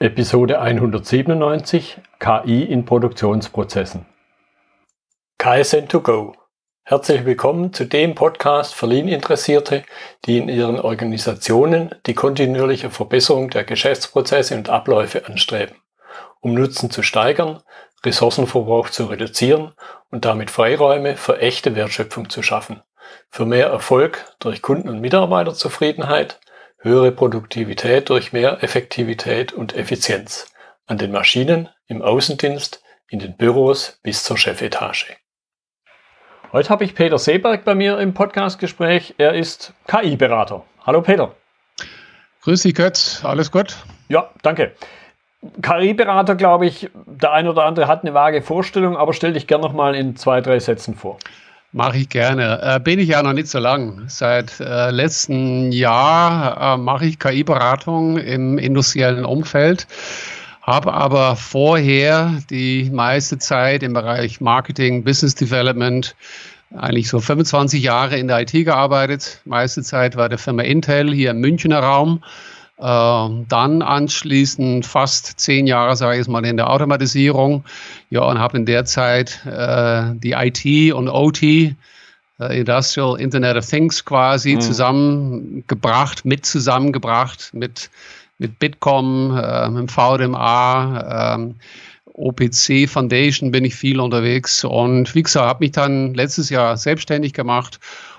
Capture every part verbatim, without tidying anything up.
Episode hundertsiebenundneunzig K I in Produktionsprozessen. K S N to go. Herzlich willkommen zu dem Podcast für Lean-Interessierte, die in ihren Organisationen die kontinuierliche Verbesserung der Geschäftsprozesse und Abläufe anstreben, um Nutzen zu steigern, Ressourcenverbrauch zu reduzieren und damit Freiräume für echte Wertschöpfung zu schaffen, für mehr Erfolg durch Kunden- und Mitarbeiterzufriedenheit, höhere Produktivität durch mehr Effektivität und Effizienz an den Maschinen, im Außendienst, in den Büros bis zur Chefetage. Heute habe ich Peter Seeberg bei mir im Podcastgespräch. Er ist K I-Berater. Hallo Peter. Grüß dich Götz, alles gut? Ja, danke. K I-Berater, glaube ich, der eine oder andere hat eine vage Vorstellung, aber stell dich gerne noch mal in zwei, drei Sätzen vor. Mache ich gerne. Äh, bin ich ja noch nicht so lang. Seit äh, letzten Jahr äh, mache ich K I-Beratung im industriellen Umfeld, habe aber vorher die meiste Zeit im Bereich Marketing, Business Development, eigentlich so fünfundzwanzig Jahre in der I T gearbeitet. Meiste Zeit war der Firma Intel hier im Münchner Raum. Äh, dann anschließend fast zehn Jahre, sage ich jetzt mal, in der Automatisierung. Ja, und habe in der Zeit äh, die I T und O T, äh, Industrial Internet of Things quasi, mhm. zusammengebracht, mit zusammengebracht, mit, mit Bitkom, äh, mit dem V D M A, äh, O P C Foundation bin ich viel unterwegs. Und wie gesagt, habe mich dann letztes Jahr selbstständig gemacht.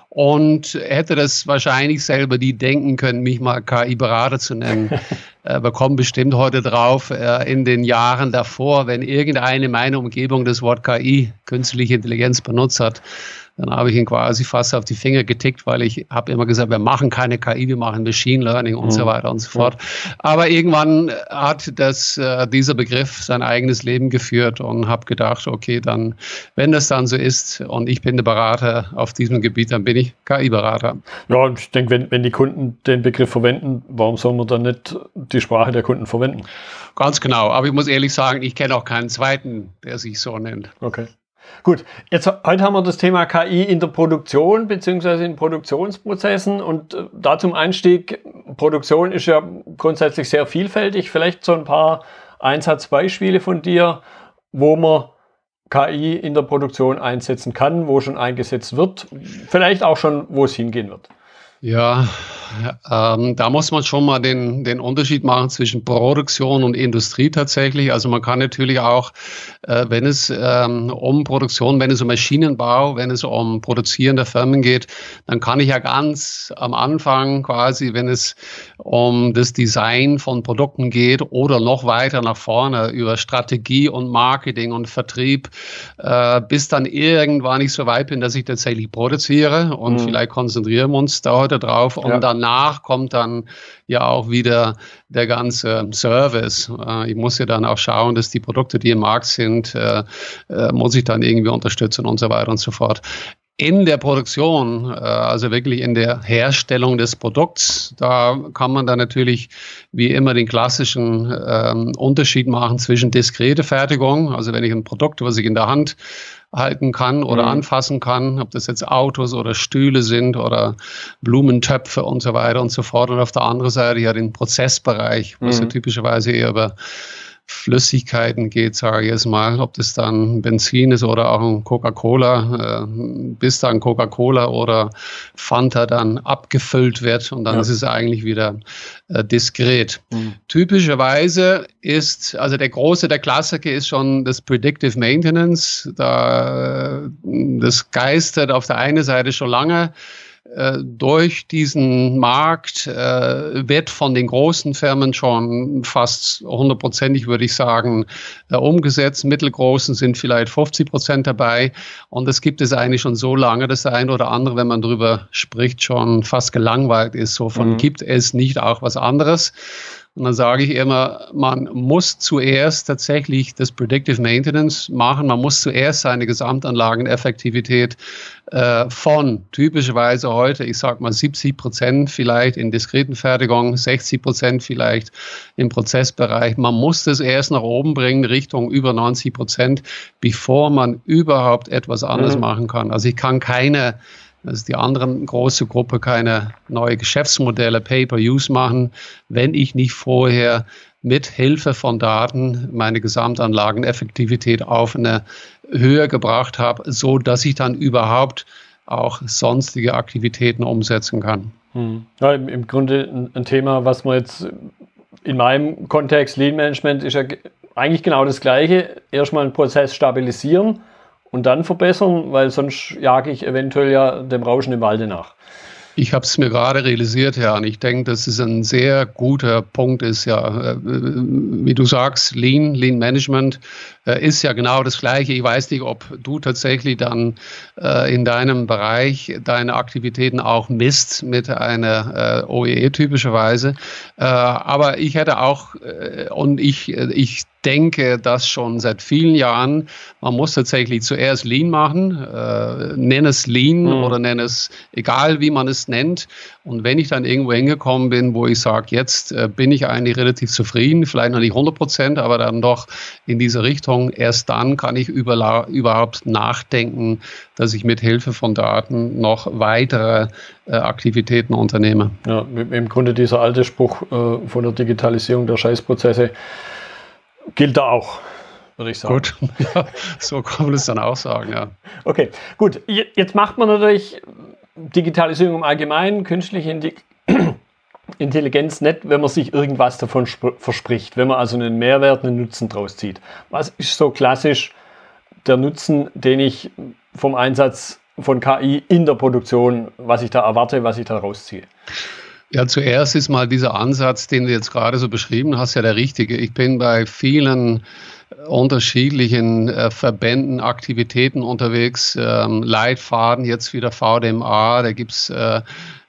Und hätte das wahrscheinlich selber die denken können, mich mal K I-Berater zu nennen. äh, wir kommen bestimmt heute drauf, äh, in den Jahren davor, wenn irgendeine in meiner Umgebung das Wort K I, künstliche Intelligenz, benutzt hat, dann habe ich ihn quasi fast auf die Finger getickt, weil ich habe immer gesagt, wir machen keine K I, wir machen Machine Learning und mhm. so weiter und so fort. Aber irgendwann hat das, äh, dieser Begriff sein eigenes Leben geführt und habe gedacht, okay, dann, wenn das dann so ist und ich bin der Berater auf diesem Gebiet, dann bin ich K I-Berater. Ja, ich denke, wenn, wenn die Kunden den Begriff verwenden, warum soll man dann nicht die Sprache der Kunden verwenden? Ganz genau, aber ich muss ehrlich sagen, ich kenne auch keinen zweiten, der sich so nennt. Okay. Gut, jetzt heute haben wir das Thema K I in der Produktion bzw. in Produktionsprozessen und äh, da zum Einstieg, Produktion ist ja grundsätzlich sehr vielfältig, vielleicht so ein paar Einsatzbeispiele von dir, wo man K I in der Produktion einsetzen kann, wo schon eingesetzt wird, vielleicht auch schon, wo es hingehen wird. Ja, ähm, da muss man schon mal den, den Unterschied machen zwischen Produktion und Industrie tatsächlich. Also man kann natürlich auch, äh, wenn es ähm, um Produktion, wenn es um Maschinenbau, wenn es um produzierende Firmen geht, dann kann ich ja ganz am Anfang quasi, wenn es um das Design von Produkten geht oder noch weiter nach vorne über Strategie und Marketing und Vertrieb, äh, bis dann irgendwann ich so weit bin, dass ich tatsächlich produziere und mhm. vielleicht konzentrieren wir uns da heute drauf und ja. danach kommt dann ja auch wieder der ganze Service. Äh, ich muss ja dann auch schauen, dass die Produkte, die im Markt sind, äh, äh, muss ich dann irgendwie unterstützen und so weiter und so fort. In der Produktion, äh, also wirklich in der Herstellung des Produkts, da kann man dann natürlich wie immer den klassischen ähm, Unterschied machen zwischen diskrete Fertigung, also wenn ich ein Produkt, was ich in der Hand halten kann oder mhm. anfassen kann, ob das jetzt Autos oder Stühle sind oder Blumentöpfe und so weiter und so fort. Und auf der anderen Seite ja den Prozessbereich, was mhm. ja typischerweise eher über Flüssigkeiten geht, sage ich jetzt mal, ob das dann Benzin ist oder auch ein Coca-Cola, äh, bis dann Coca-Cola oder Fanta dann abgefüllt wird und dann ja. ist es eigentlich wieder äh, diskret. Mhm. Typischerweise ist, also der große, der Klassiker ist schon das Predictive Maintenance, da, das geistert auf der einen Seite schon lange durch diesen Markt, äh, wird von den großen Firmen schon fast hundertprozentig, würde ich sagen, äh, umgesetzt. Mittelgroßen sind vielleicht fünfzig Prozent dabei. Und das gibt es eigentlich schon so lange, dass der eine oder andere, wenn man drüber spricht, schon fast gelangweilt ist. So von mhm. gibt es nicht auch was anderes. Und dann sage ich immer, man muss zuerst tatsächlich das Predictive Maintenance machen. Man muss zuerst seine Gesamtanlageneffektivität äh, von typischerweise heute, ich sage mal siebzig Prozent vielleicht in diskreten Fertigung, sechzig Prozent vielleicht im Prozessbereich. Man muss das erst nach oben bringen, Richtung über neunzig Prozent, bevor man überhaupt etwas anderes mhm. machen kann. Also ich kann keine Das ist die andere große Gruppe, keine neue Geschäftsmodelle, Pay-per-Use machen, wenn ich nicht vorher mit Hilfe von Daten meine Gesamtanlageneffektivität auf eine Höhe gebracht habe, so dass ich dann überhaupt auch sonstige Aktivitäten umsetzen kann. Hm. Ja, im, im Grunde ein, ein Thema, was man jetzt in meinem Kontext Lean Management ist ja eigentlich genau das Gleiche. Erstmal einen Prozess stabilisieren und dann verbessern, weil sonst jage ich eventuell ja dem Rauschen im Walde nach. Ich habe es mir gerade realisiert, ja, und ich denke, dass es ein sehr guter Punkt ist, ja, wie du sagst, Lean, Lean Management äh, ist ja genau das Gleiche. Ich weiß nicht, ob du tatsächlich dann äh, in deinem Bereich deine Aktivitäten auch misst mit einer äh, O E E typischerweise, äh, aber ich hätte auch, äh, und ich, ich denke, dass schon seit vielen Jahren, man muss tatsächlich zuerst Lean machen, äh, nenn es Lean mhm. oder nenn es, egal wie man es nennt. Und wenn ich dann irgendwo hingekommen bin, wo ich sage, jetzt äh, bin ich eigentlich relativ zufrieden, vielleicht noch nicht hundert Prozent, aber dann doch in diese Richtung, erst dann kann ich über, überhaupt nachdenken, dass ich mit Hilfe von Daten noch weitere äh, Aktivitäten unternehme. Ja, im Grunde dieser alte Spruch äh, von der Digitalisierung der Scheißprozesse gilt da auch, würde ich sagen. Gut, ja, so kann man es dann auch sagen, ja. Okay, gut. Jetzt macht man natürlich Digitalisierung im Allgemeinen, künstliche Intelligenz nicht, wenn man sich irgendwas davon verspricht, wenn man also einen Mehrwert, einen Nutzen draus zieht. Was ist so klassisch der Nutzen, den ich vom Einsatz von K I in der Produktion, was ich da erwarte, was ich da rausziehe? Ja, zuerst ist mal dieser Ansatz, den du jetzt gerade so beschrieben hast, ja der richtige. Ich bin bei vielen unterschiedlichen äh, Verbänden, Aktivitäten unterwegs, ähm, Leitfaden, jetzt wieder V D M A, da gibt's äh,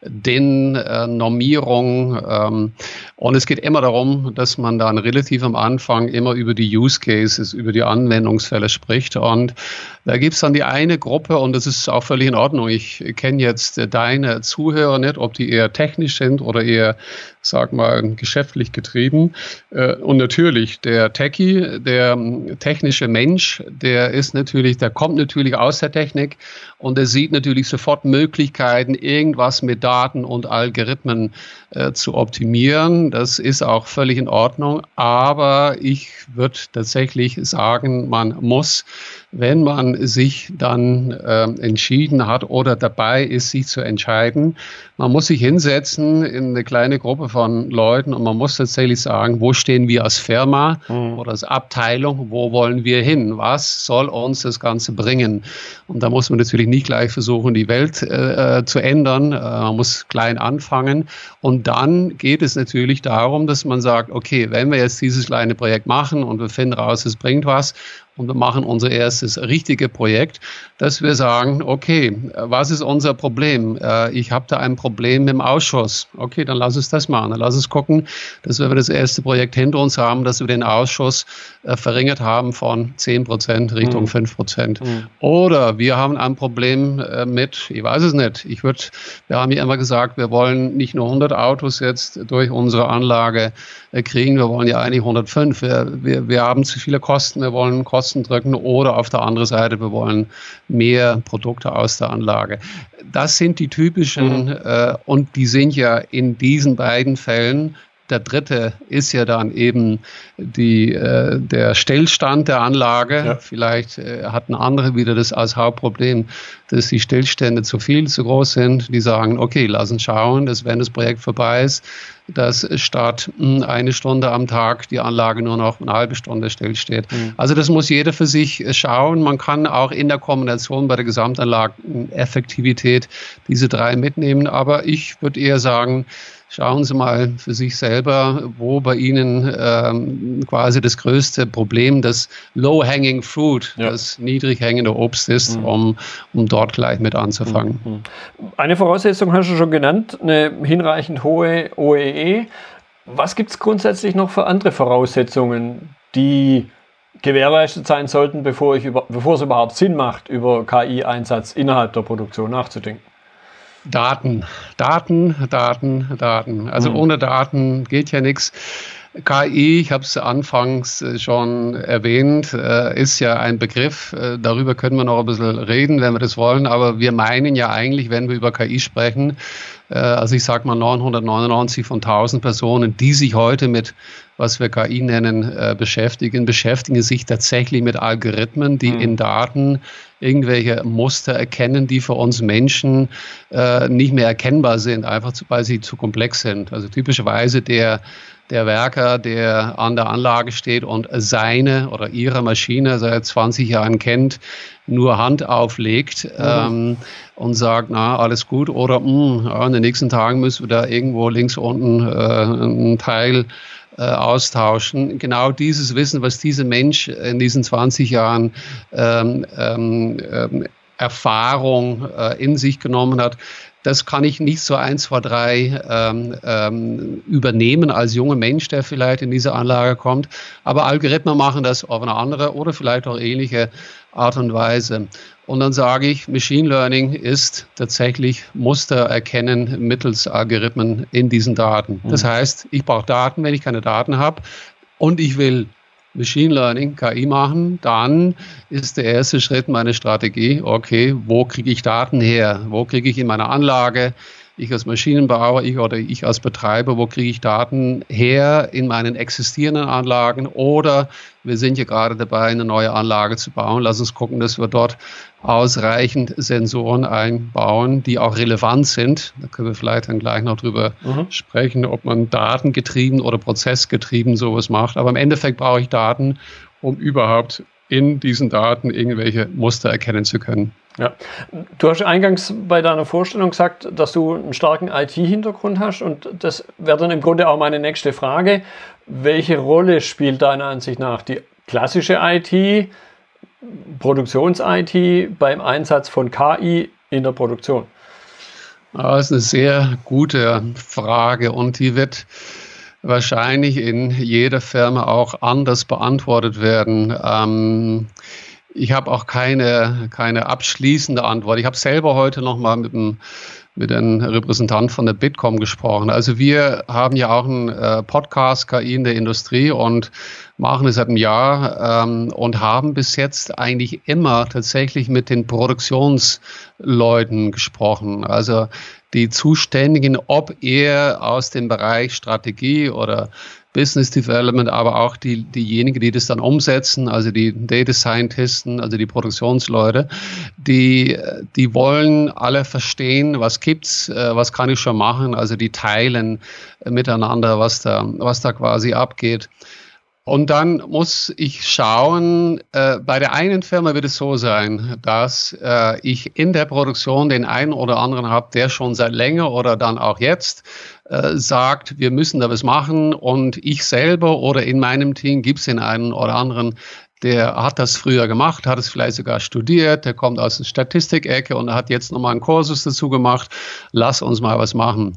den äh, Normierung ähm, und es geht immer darum, dass man dann relativ am Anfang immer über die Use Cases, über die Anwendungsfälle spricht und da gibt's dann die eine Gruppe und das ist auch völlig in Ordnung. Ich kenne jetzt äh, deine Zuhörer nicht, ob die eher technisch sind oder eher, sag mal, geschäftlich getrieben äh, und natürlich der Techie, der ähm, technische Mensch, der ist natürlich, der kommt natürlich aus der Technik und der sieht natürlich sofort Möglichkeiten, irgendwas mit Daten und Algorithmen äh, zu optimieren. Das ist auch völlig in Ordnung. Aber ich würde tatsächlich sagen, man muss, wenn man sich dann äh, entschieden hat oder dabei ist, sich zu entscheiden, man muss sich hinsetzen in eine kleine Gruppe von Leuten und man muss tatsächlich sagen, wo stehen wir als Firma mhm. oder als Abteilung, wo wollen wir hin? Was soll uns das Ganze bringen? Und da muss man natürlich nicht gleich versuchen, die Welt äh, zu ändern. Äh, man muss klein anfangen. Und dann geht es natürlich darum, dass man sagt, okay, wenn wir jetzt dieses kleine Projekt machen und wir finden raus, es bringt was, und wir machen unser erstes richtige Projekt, dass wir sagen, okay, was ist unser Problem? Ich habe da ein Problem mit dem Ausschuss. Okay, dann lass uns das machen. Dann lass uns gucken, dass wir das erste Projekt hinter uns haben, dass wir den Ausschuss verringert haben von zehn Prozent Richtung mhm. fünf Prozent. Mhm. Oder wir haben ein Problem mit, ich weiß es nicht, ich würde, wir haben ja immer gesagt, wir wollen nicht nur hundert Autos jetzt durch unsere Anlage kriegen, wir wollen ja eigentlich hundertfünf. Wir, wir, wir haben zu viele Kosten, wir wollen Kosten drücken oder auf der anderen Seite, wir wollen mehr Produkte aus der Anlage. Das sind die typischen mhm. äh, und die sind ja in diesen beiden Fällen. Der dritte ist ja dann eben die, äh, der Stillstand der Anlage. Ja. Vielleicht äh, hatten andere wieder das als Hauptproblem, dass die Stillstände zu viel, zu groß sind. Die sagen, okay, lass uns schauen, dass wenn das Projekt vorbei ist, dass statt mh, eine Stunde am Tag die Anlage nur noch eine halbe Stunde stillsteht. Mhm. Also das muss jeder für sich schauen. Man kann auch in der Kombination bei der Gesamtanlageneffektivität diese drei mitnehmen. Aber ich würde eher sagen, schauen Sie mal für sich selber, wo bei Ihnen ähm, quasi das größte Problem, das Low-Hanging Fruit, ja. das niedrig hängende Obst ist, mhm. um, um dort gleich mit anzufangen. Mhm. Eine Voraussetzung hast du schon genannt, eine hinreichend hohe O E E. Was gibt es grundsätzlich noch für andere Voraussetzungen, die gewährleistet sein sollten, bevor, ich über, bevor es überhaupt Sinn macht, über K I-Einsatz innerhalb der Produktion nachzudenken? Daten, Daten, Daten, Daten. Also mhm. ohne Daten geht ja nichts. K I, ich habe es anfangs schon erwähnt, ist ja ein Begriff, darüber können wir noch ein bisschen reden, wenn wir das wollen, aber wir meinen ja eigentlich, wenn wir über K I sprechen, äh, also ich sage mal neunhundertneunundneunzig von tausend Personen, die sich heute mit, was wir K I nennen, äh, beschäftigen, beschäftigen sich tatsächlich mit Algorithmen, die mhm. in Daten irgendwelche Muster erkennen, die für uns Menschen äh, nicht mehr erkennbar sind, einfach zu, weil sie zu komplex sind. Also typischerweise der Der Werker, der an der Anlage steht und seine oder ihre Maschine seit zwanzig Jahren kennt, nur Hand auflegt mhm. ähm, und sagt, na, alles gut. Oder mh, ja, in den nächsten Tagen müssen wir da irgendwo links unten äh, ein Teil äh, austauschen. Genau dieses Wissen, was dieser Mensch in diesen zwanzig Jahren ähm, ähm, Erfahrung äh, in sich genommen hat, das kann ich nicht so eins, zwei, drei ähm, ähm, übernehmen als junger Mensch, der vielleicht in diese Anlage kommt. Aber Algorithmen machen das auf eine andere oder vielleicht auch ähnliche Art und Weise. Und dann sage ich, Machine Learning ist tatsächlich Muster erkennen mittels Algorithmen in diesen Daten. Mhm. Das heißt, ich brauche Daten, wenn ich keine Daten habe und ich will Machine Learning, K I machen, dann ist der erste Schritt meine Strategie, okay, wo kriege ich Daten her? Wo kriege ich in meiner Anlage, ich als Maschinenbauer, ich oder ich als Betreiber, wo kriege ich Daten her in meinen existierenden Anlagen? Oder wir sind ja gerade dabei, eine neue Anlage zu bauen. Lass uns gucken, dass wir dort ausreichend Sensoren einbauen, die auch relevant sind. Da können wir vielleicht dann gleich noch drüber mhm. sprechen, ob man datengetrieben oder prozessgetrieben sowas macht. Aber im Endeffekt brauche ich Daten, um überhaupt in diesen Daten irgendwelche Muster erkennen zu können. Ja. Du hast eingangs bei deiner Vorstellung gesagt, dass du einen starken I T-Hintergrund hast, und das wäre dann im Grunde auch meine nächste Frage. Welche Rolle spielt deiner Ansicht nach die klassische I T, Produktions-I T beim Einsatz von K I in der Produktion? Das ist eine sehr gute Frage, und die wird wahrscheinlich in jeder Firma auch anders beantwortet werden. Ähm, Ich habe auch keine, keine abschließende Antwort. Ich habe selber heute noch mal mit einem, mit einem Repräsentant von der Bitkom gesprochen. Also wir haben ja auch einen äh, Podcast K I in der Industrie und machen es seit einem Jahr ähm, und haben bis jetzt eigentlich immer tatsächlich mit den Produktionsleuten gesprochen. Also die Zuständigen, ob er aus dem Bereich Strategie oder Business Development, aber auch die, diejenigen, die das dann umsetzen, also die Data Scientisten, also die Produktionsleute, die, die wollen alle verstehen, was gibt's, was kann ich schon machen, also die teilen miteinander, was da, was da quasi abgeht. Und dann muss ich schauen, äh, bei der einen Firma wird es so sein, dass äh, ich in der Produktion den einen oder anderen habe, der schon seit länger oder dann auch jetzt äh, sagt, wir müssen da was machen, und ich selber oder in meinem Team gibt es den einen oder anderen, der hat das früher gemacht, hat es vielleicht sogar studiert, der kommt aus der Statistikecke und hat jetzt nochmal einen Kursus dazu gemacht, lass uns mal was machen.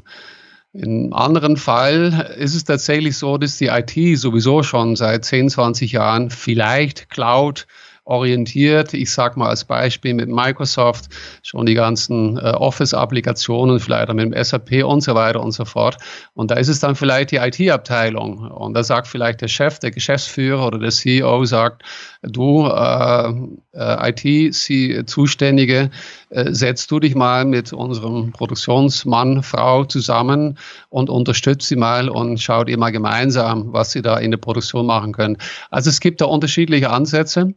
Im anderen Fall ist es tatsächlich so, dass die I T sowieso schon seit zehn, zwanzig Jahren vielleicht Cloud orientiert. Ich sage mal als Beispiel mit Microsoft schon die ganzen äh, Office-Applikationen, vielleicht auch mit dem S A P und so weiter und so fort. Und da ist es dann vielleicht die I T-Abteilung. Und da sagt vielleicht der Chef, der Geschäftsführer oder der C E O sagt, du äh, äh, I T-Zuständige, äh, setzt du dich mal mit unserem Produktionsmann, Frau zusammen und unterstützt sie mal und schaut ihr mal gemeinsam, was sie da in der Produktion machen können. Also es gibt da unterschiedliche Ansätze.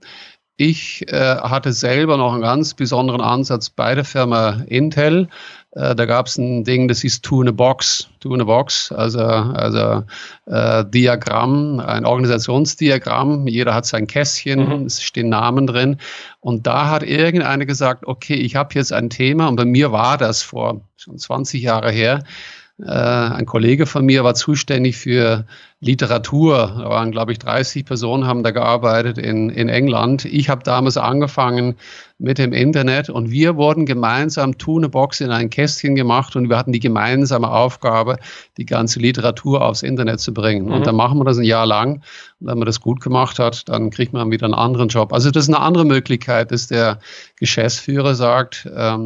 Ich äh, hatte selber noch einen ganz besonderen Ansatz bei der Firma Intel. Äh, da gab es ein Ding, das hieß Two in a Box. Two in a Box, also, also äh, Diagramm, ein Organisationsdiagramm. Jeder hat sein Kästchen, mhm. es stehen Namen drin. Und da hat irgendeiner gesagt, okay, ich habe jetzt ein Thema, und bei mir war das vor schon zwanzig Jahre her. Äh, ein Kollege von mir war zuständig für Literatur. Da waren, glaube ich, dreißig Personen, haben da gearbeitet in, in England. Ich habe damals angefangen mit dem Internet, und wir wurden gemeinsam Two in a Box in ein Kästchen gemacht, und wir hatten die gemeinsame Aufgabe, die ganze Literatur aufs Internet zu bringen. Mhm. Und dann machen wir das ein Jahr lang. Und wenn man das gut gemacht hat, dann kriegt man wieder einen anderen Job. Also das ist eine andere Möglichkeit, dass der Geschäftsführer sagt,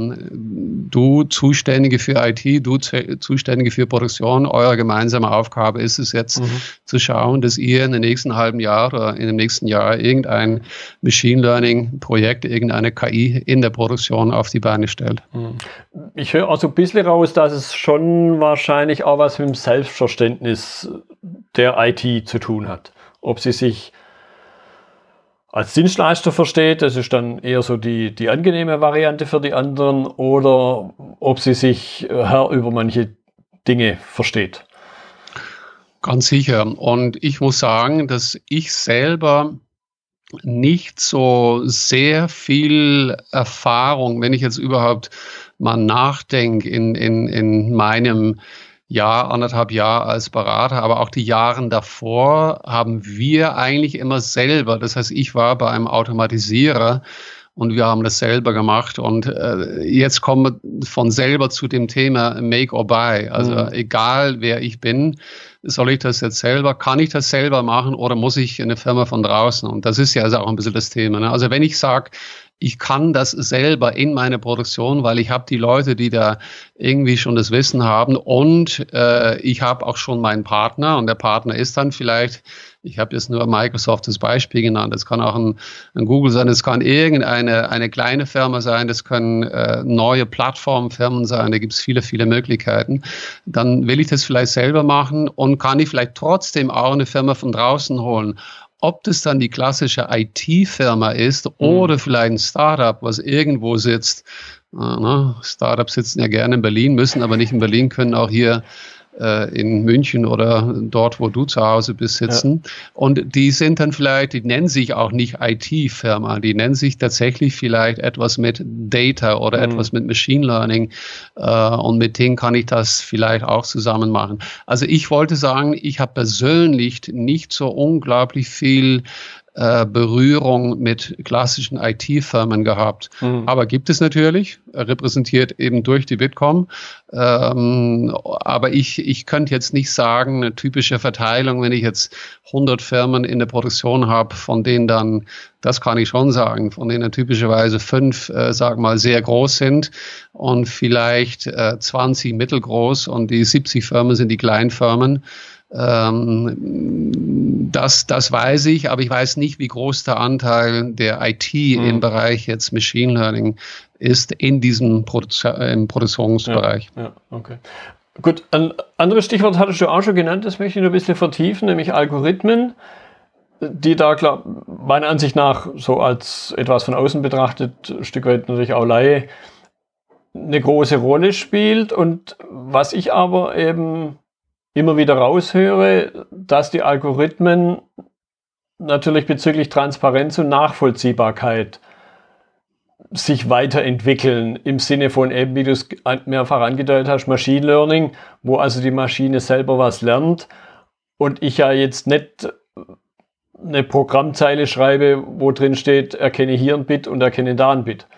ähm, du Zuständige für I T, du Zuständige für Produktion, eure gemeinsame Aufgabe ist es jetzt, mhm. zu schauen, dass ihr in den nächsten halben Jahr oder in dem nächsten Jahr irgendein Machine Learning Projekt, irgendeine K I in der Produktion auf die Beine stellt. Ich höre auch so ein bisschen raus, dass es schon wahrscheinlich auch was mit dem Selbstverständnis der I T zu tun hat. Ob sie sich als Dienstleister versteht, das ist dann eher so die, die angenehme Variante für die anderen, oder ob sie sich Herr über manche Dinge versteht. Ganz sicher. Und ich muss sagen, dass ich selber nicht so sehr viel Erfahrung, wenn ich jetzt überhaupt mal nachdenke in, in, in meinem Jahr, anderthalb Jahr als Berater, aber auch die Jahre davor haben wir eigentlich immer selber, das heißt, ich war bei einem Automatisierer und wir haben das selber gemacht und äh, jetzt kommen wir von selber zu dem Thema Make or Buy, also mhm. egal wer ich bin, soll ich das jetzt selber, kann ich das selber machen oder muss ich eine Firma von draußen? Und das ist ja also auch ein bisschen das Thema. Ne? Also wenn ich sage, ich kann das selber in meine Produktion, weil ich habe die Leute, die da irgendwie schon das Wissen haben und äh, ich habe auch schon meinen Partner und der Partner ist dann vielleicht, ich habe jetzt nur Microsoft als Beispiel genannt, das kann auch ein, ein Google sein, das kann irgendeine eine kleine Firma sein, das können äh, neue Plattformfirmen sein, da gibt es viele, viele Möglichkeiten. Dann will ich das vielleicht selber machen und kann ich vielleicht trotzdem auch eine Firma von draußen holen. Ob das dann die klassische I T-Firma ist oder mhm. vielleicht ein Startup, was irgendwo sitzt. Äh, ne? Startups sitzen ja gerne in Berlin, müssen aber nicht in Berlin, können auch hier äh, in München oder dort, wo du zu Hause bist, sitzen. Ja. Und die sind dann vielleicht, die nennen sich auch nicht I T-Firma, die nennen sich tatsächlich vielleicht etwas mit Data oder mhm. etwas mit Machine Learning. Äh, und mit denen kann ich das vielleicht auch zusammen machen. Also ich wollte sagen, ich habe persönlich nicht so unglaublich viel äh, Berührung mit klassischen I T-Firmen gehabt. Mhm. Aber gibt es natürlich, repräsentiert eben durch die Bitkom. Ähm, aber ich, ich könnte jetzt nicht sagen, eine typische Verteilung, wenn ich jetzt hundert Firmen in der Produktion habe, von denen dann, das kann ich schon sagen, von denen typischerweise fünf, äh, sag mal, sehr groß sind und vielleicht äh, zwanzig mittelgroß und die siebzig Firmen sind die Kleinfirmen. Ähm, das, das weiß ich, aber ich weiß nicht, wie groß der Anteil der I T mhm. im Bereich jetzt Machine Learning ist in diesem Produ- im Produktionsbereich. Ja, ja, okay. Gut, ein anderes Stichwort hattest du auch schon genannt, das möchte ich noch ein bisschen vertiefen, nämlich Algorithmen, die da, klar, meiner Ansicht nach, so als etwas von außen betrachtet, ein Stück weit natürlich auch Laie, eine große Rolle spielt. Und was ich aber eben immer wieder raushöre, dass die Algorithmen natürlich bezüglich Transparenz und Nachvollziehbarkeit sich weiterentwickeln, im Sinne von eben, wie du es mehrfach angedeutet hast, Machine Learning, wo also die Maschine selber was lernt und ich ja jetzt nicht eine Programmzeile schreibe, wo drin steht, erkenne hier ein Bit und erkenne da ein Bit.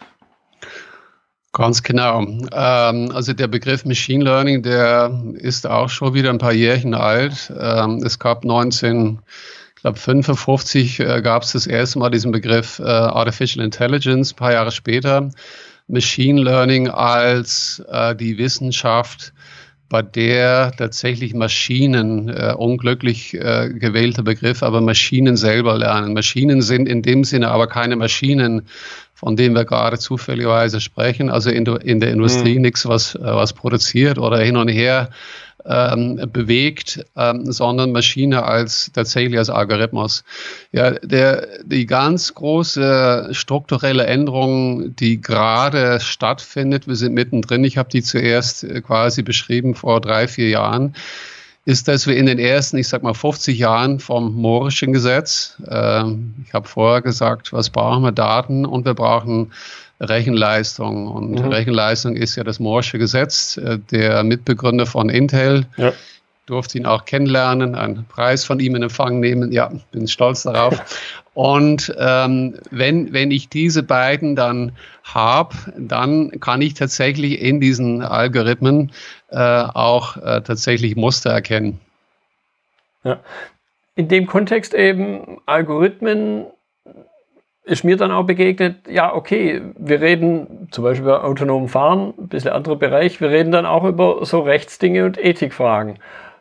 Ganz genau. Ähm, also der Begriff Machine Learning, der ist auch schon wieder ein paar Jährchen alt. Ähm, es gab neunzehn, ich glaube fünfundfünfzig äh, gab es das erste Mal diesen Begriff äh, Artificial Intelligence, ein paar Jahre später. Machine Learning als äh, die Wissenschaft, bei der tatsächlich Maschinen, äh, unglücklich äh, gewählter Begriff, aber Maschinen selber lernen. Maschinen sind in dem Sinne aber keine Maschinen, von denen wir gerade zufälligerweise sprechen, also in, in der Industrie mhm. nichts, was, was produziert oder hin und her ähm, bewegt, ähm, sondern Maschine als tatsächlich als Algorithmus. Ja, der, die ganz große strukturelle Änderung, die gerade stattfindet, wir sind mittendrin, ich habe die zuerst quasi beschrieben vor drei, vier Jahren, ist, dass wir in den ersten, ich sag mal, fünfzig Jahren vom Moore'schen Gesetz, äh, ich habe vorher gesagt, was brauchen wir? Daten und wir brauchen Rechenleistung. Und mhm. Rechenleistung ist ja das Moore'sche Gesetz, äh, der Mitbegründer von Intel. Ja. Durfte ihn auch kennenlernen, einen Preis von ihm in Empfang nehmen. Ja, bin stolz darauf. Und ähm, wenn, wenn ich diese beiden dann habe, dann kann ich tatsächlich in diesen Algorithmen äh, auch äh, tatsächlich Muster erkennen. Ja. In dem Kontext eben Algorithmen ist mir dann auch begegnet, ja okay, wir reden zum Beispiel über autonomen Fahren, ein bisschen anderer Bereich, wir reden dann auch über so Rechtsdinge und Ethikfragen.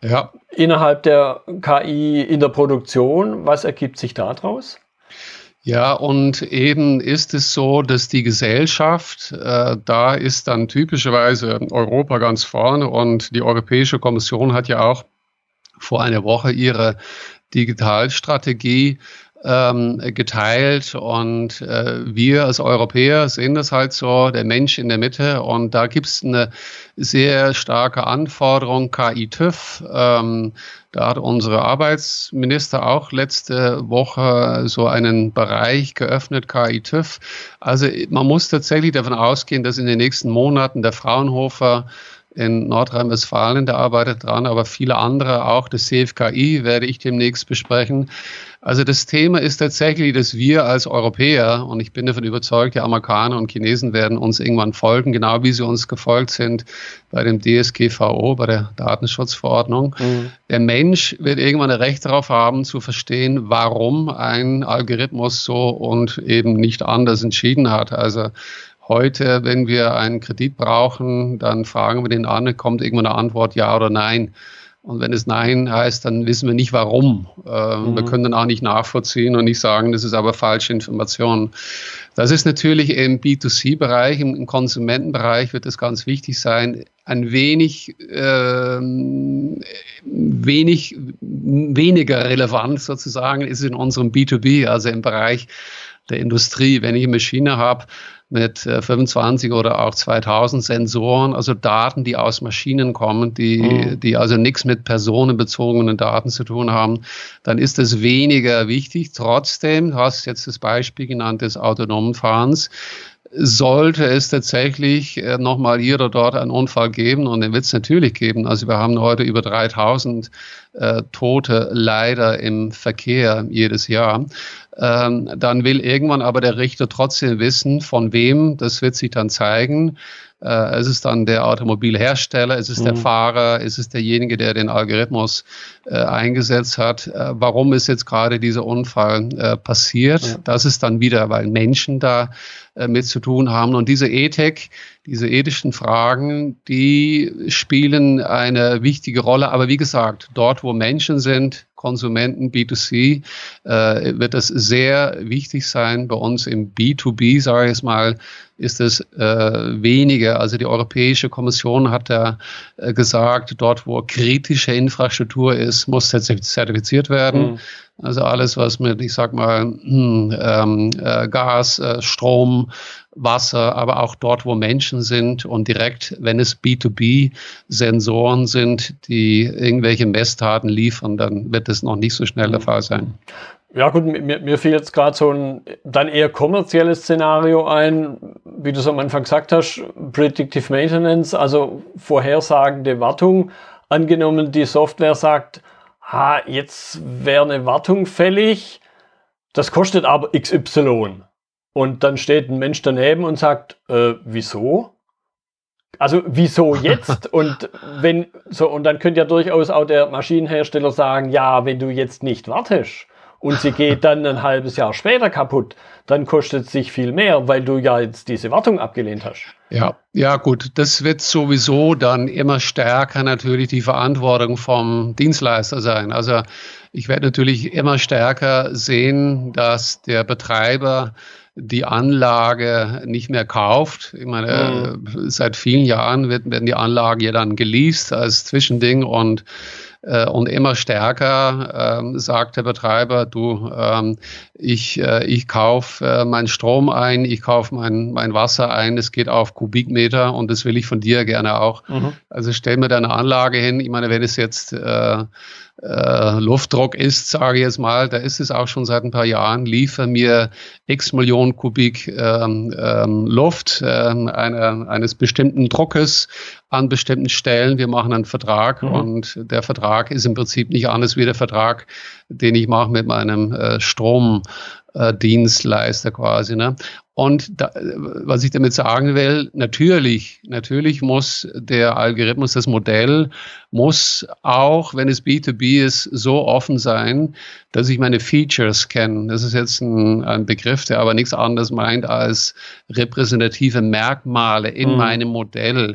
Ja. Innerhalb der K I in der Produktion, was ergibt sich daraus? Ja, und eben ist es so, dass die Gesellschaft, äh, da ist dann typischerweise Europa ganz vorne und die Europäische Kommission hat ja auch vor einer Woche ihre Digitalstrategie ähm, geteilt und äh, wir als Europäer sehen das halt so, der Mensch in der Mitte, und da gibt es eine sehr starke Anforderung, K I-TÜV. Ähm, da hat unsere Arbeitsminister auch letzte Woche so einen Bereich geöffnet, K I-TÜV. Also man muss tatsächlich davon ausgehen, dass in den nächsten Monaten der Fraunhofer in Nordrhein-Westfalen, der arbeitet dran, aber viele andere auch. Das C F K I werde ich demnächst besprechen. Also das Thema ist tatsächlich, dass wir als Europäer, und ich bin davon überzeugt, die Amerikaner und Chinesen werden uns irgendwann folgen, genau wie sie uns gefolgt sind bei dem D S G V O, bei der Datenschutzverordnung. Mhm. Der Mensch wird irgendwann ein Recht darauf haben, zu verstehen, warum ein Algorithmus so und eben nicht anders entschieden hat. Also heute, wenn wir einen Kredit brauchen, dann fragen wir den an, kommt irgendwann eine Antwort, ja oder nein. Und wenn es Nein heißt, dann wissen wir nicht, warum. Äh, mhm. Wir können dann auch nicht nachvollziehen und nicht sagen, das ist aber falsche Information. Das ist natürlich im B zwei C-Bereich, im, im Konsumentenbereich wird es ganz wichtig sein, ein wenig, äh, wenig, weniger relevant sozusagen ist in unserem B zwei B, also im Bereich der Industrie. Wenn ich eine Maschine habe mit fünfundzwanzig oder auch zweitausend Sensoren, also Daten, die aus Maschinen kommen, die, mhm. die also nichts mit personenbezogenen Daten zu tun haben, dann ist das weniger wichtig. Trotzdem, du hast jetzt das Beispiel genannt des autonomen Fahrens, sollte es tatsächlich äh, nochmal hier oder dort einen Unfall geben, und den wird es natürlich geben. Also wir haben heute über dreitausend äh, Tote leider im Verkehr jedes Jahr. Ähm, dann will irgendwann aber der Richter trotzdem wissen, von wem, das wird sich dann zeigen. Äh, es ist dann der Automobilhersteller, es ist mhm. der Fahrer, es ist derjenige, der den Algorithmus äh, eingesetzt hat. Äh, warum ist jetzt gerade dieser Unfall äh, passiert? Ja. Das ist dann wieder, weil Menschen da äh, mit zu tun haben. Und diese Ethik, diese ethischen Fragen, die spielen eine wichtige Rolle. Aber wie gesagt, dort, wo Menschen sind, Konsumenten, B zwei C, äh, wird es sehr wichtig sein. Bei uns im B zwei B, sage ich jetzt mal, ist es äh, weniger. Also die Europäische Kommission hat ja äh, gesagt, dort, wo kritische Infrastruktur ist, muss zertifiziert werden. Mhm. Also alles, was mit, ich sag mal, hm, ähm, äh, Gas, äh, Strom, Wasser, aber auch dort, wo Menschen sind, und direkt, wenn es B zwei B-Sensoren sind, die irgendwelche Messdaten liefern, dann wird das noch nicht so schnell der Fall sein. Ja gut, mir, mir fiel jetzt gerade so ein dann eher kommerzielles Szenario ein, wie du es am Anfang gesagt hast, Predictive Maintenance, also vorhersagende Wartung. Angenommen, die Software sagt, ha, jetzt wäre eine Wartung fällig, das kostet aber X Y. Und dann steht ein Mensch daneben und sagt, äh, wieso? Also wieso jetzt? Und wenn so, und dann könnte ja durchaus auch der Maschinenhersteller sagen, ja, wenn du jetzt nicht wartest und sie geht dann ein halbes Jahr später kaputt, dann kostet es sich viel mehr, weil du ja jetzt diese Wartung abgelehnt hast. Ja, ja gut, das wird sowieso dann immer stärker natürlich die Verantwortung vom Dienstleister sein. Also ich werde natürlich immer stärker sehen, dass der Betreiber die Anlage nicht mehr kauft. Ich meine, mhm. seit vielen Jahren wird, werden die Anlagen ja dann geleast als Zwischending, und äh, und immer stärker ähm, sagt der Betreiber, du, ähm, ich äh, ich kaufe äh, meinen Strom ein, ich kaufe mein mein Wasser ein, es geht auf Kubikmeter und das will ich von dir gerne auch. Mhm. Also stell mir deine Anlage hin. Ich meine, wenn es jetzt äh, äh, Luftdruck ist, sage ich jetzt mal, da ist es auch schon seit ein paar Jahren, liefer mir x Millionen Kubik ähm, ähm, Luft ähm, eine, eines bestimmten Druckes an bestimmten Stellen. Wir machen einen Vertrag, mhm. und der Vertrag ist im Prinzip nicht anders wie der Vertrag, den ich mache mit meinem äh, Stromdienstleister quasi, ne? Und da, was ich damit sagen will, natürlich, natürlich muss der Algorithmus, das Modell, muss auch, wenn es B zwei B ist, so offen sein, dass ich meine Features kenne. Das ist jetzt ein, ein Begriff, der aber nichts anderes meint als repräsentative Merkmale in mhm. meinem Modell.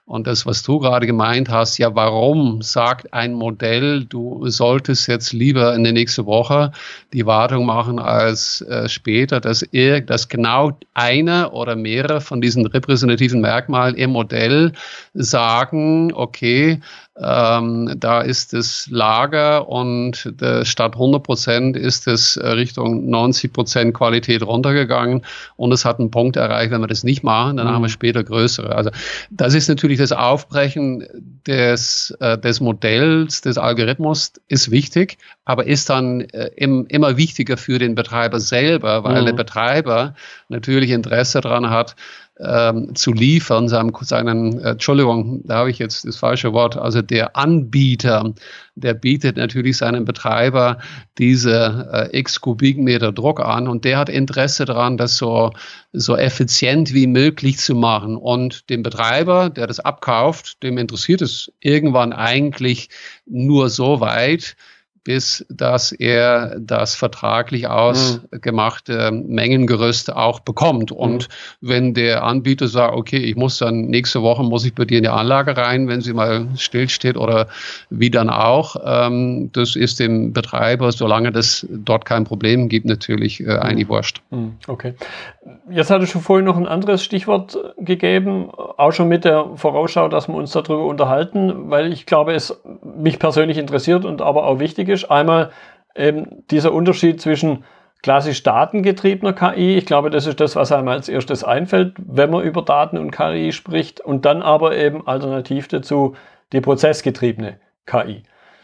Und das, was du gerade gemeint hast, ja, warum sagt ein Modell, du solltest jetzt lieber in der nächsten Woche die Wartung machen als äh, später, dass, er, dass genau eine oder mehrere von diesen repräsentativen Merkmalen im Modell sagen, okay, Ähm, da ist das Lager und äh, statt hundert Prozent ist es äh, Richtung neunzig Prozent Qualität runtergegangen und es hat einen Punkt erreicht, wenn wir das nicht machen, dann mhm. haben wir später größere. Also das ist natürlich das Aufbrechen des, äh, des Modells, des Algorithmus ist wichtig, aber ist dann äh, im, immer wichtiger für den Betreiber selber, weil mhm. der Betreiber natürlich Interesse daran hat, Ähm, zu liefern, seinem, seinen, äh, Entschuldigung, da habe ich jetzt das falsche Wort, also der Anbieter, der bietet natürlich seinem Betreiber diese äh, x Kubikmeter Druck an und der hat Interesse daran, das so, so effizient wie möglich zu machen und dem Betreiber, der das abkauft, dem interessiert es irgendwann eigentlich nur so weit, bis dass er das vertraglich ausgemachte Mengengerüst auch bekommt. Und mhm. wenn der Anbieter sagt, okay, ich muss dann nächste Woche, muss ich bei dir in die Anlage rein, wenn sie mal stillsteht oder wie dann auch, ähm, das ist dem Betreiber, solange das dort kein Problem gibt, natürlich äh, eigentlich wurscht. Okay. Jetzt hattest du vorhin noch ein anderes Stichwort gegeben, auch schon mit der Vorausschau, dass wir uns darüber unterhalten, weil ich glaube, es mich persönlich interessiert und aber auch wichtig ist. Einmal eben dieser Unterschied zwischen klassisch datengetriebener K I, ich glaube, das ist das, was einem als erstes einfällt, wenn man über Daten und K I spricht, und dann aber eben alternativ dazu die prozessgetriebene K I.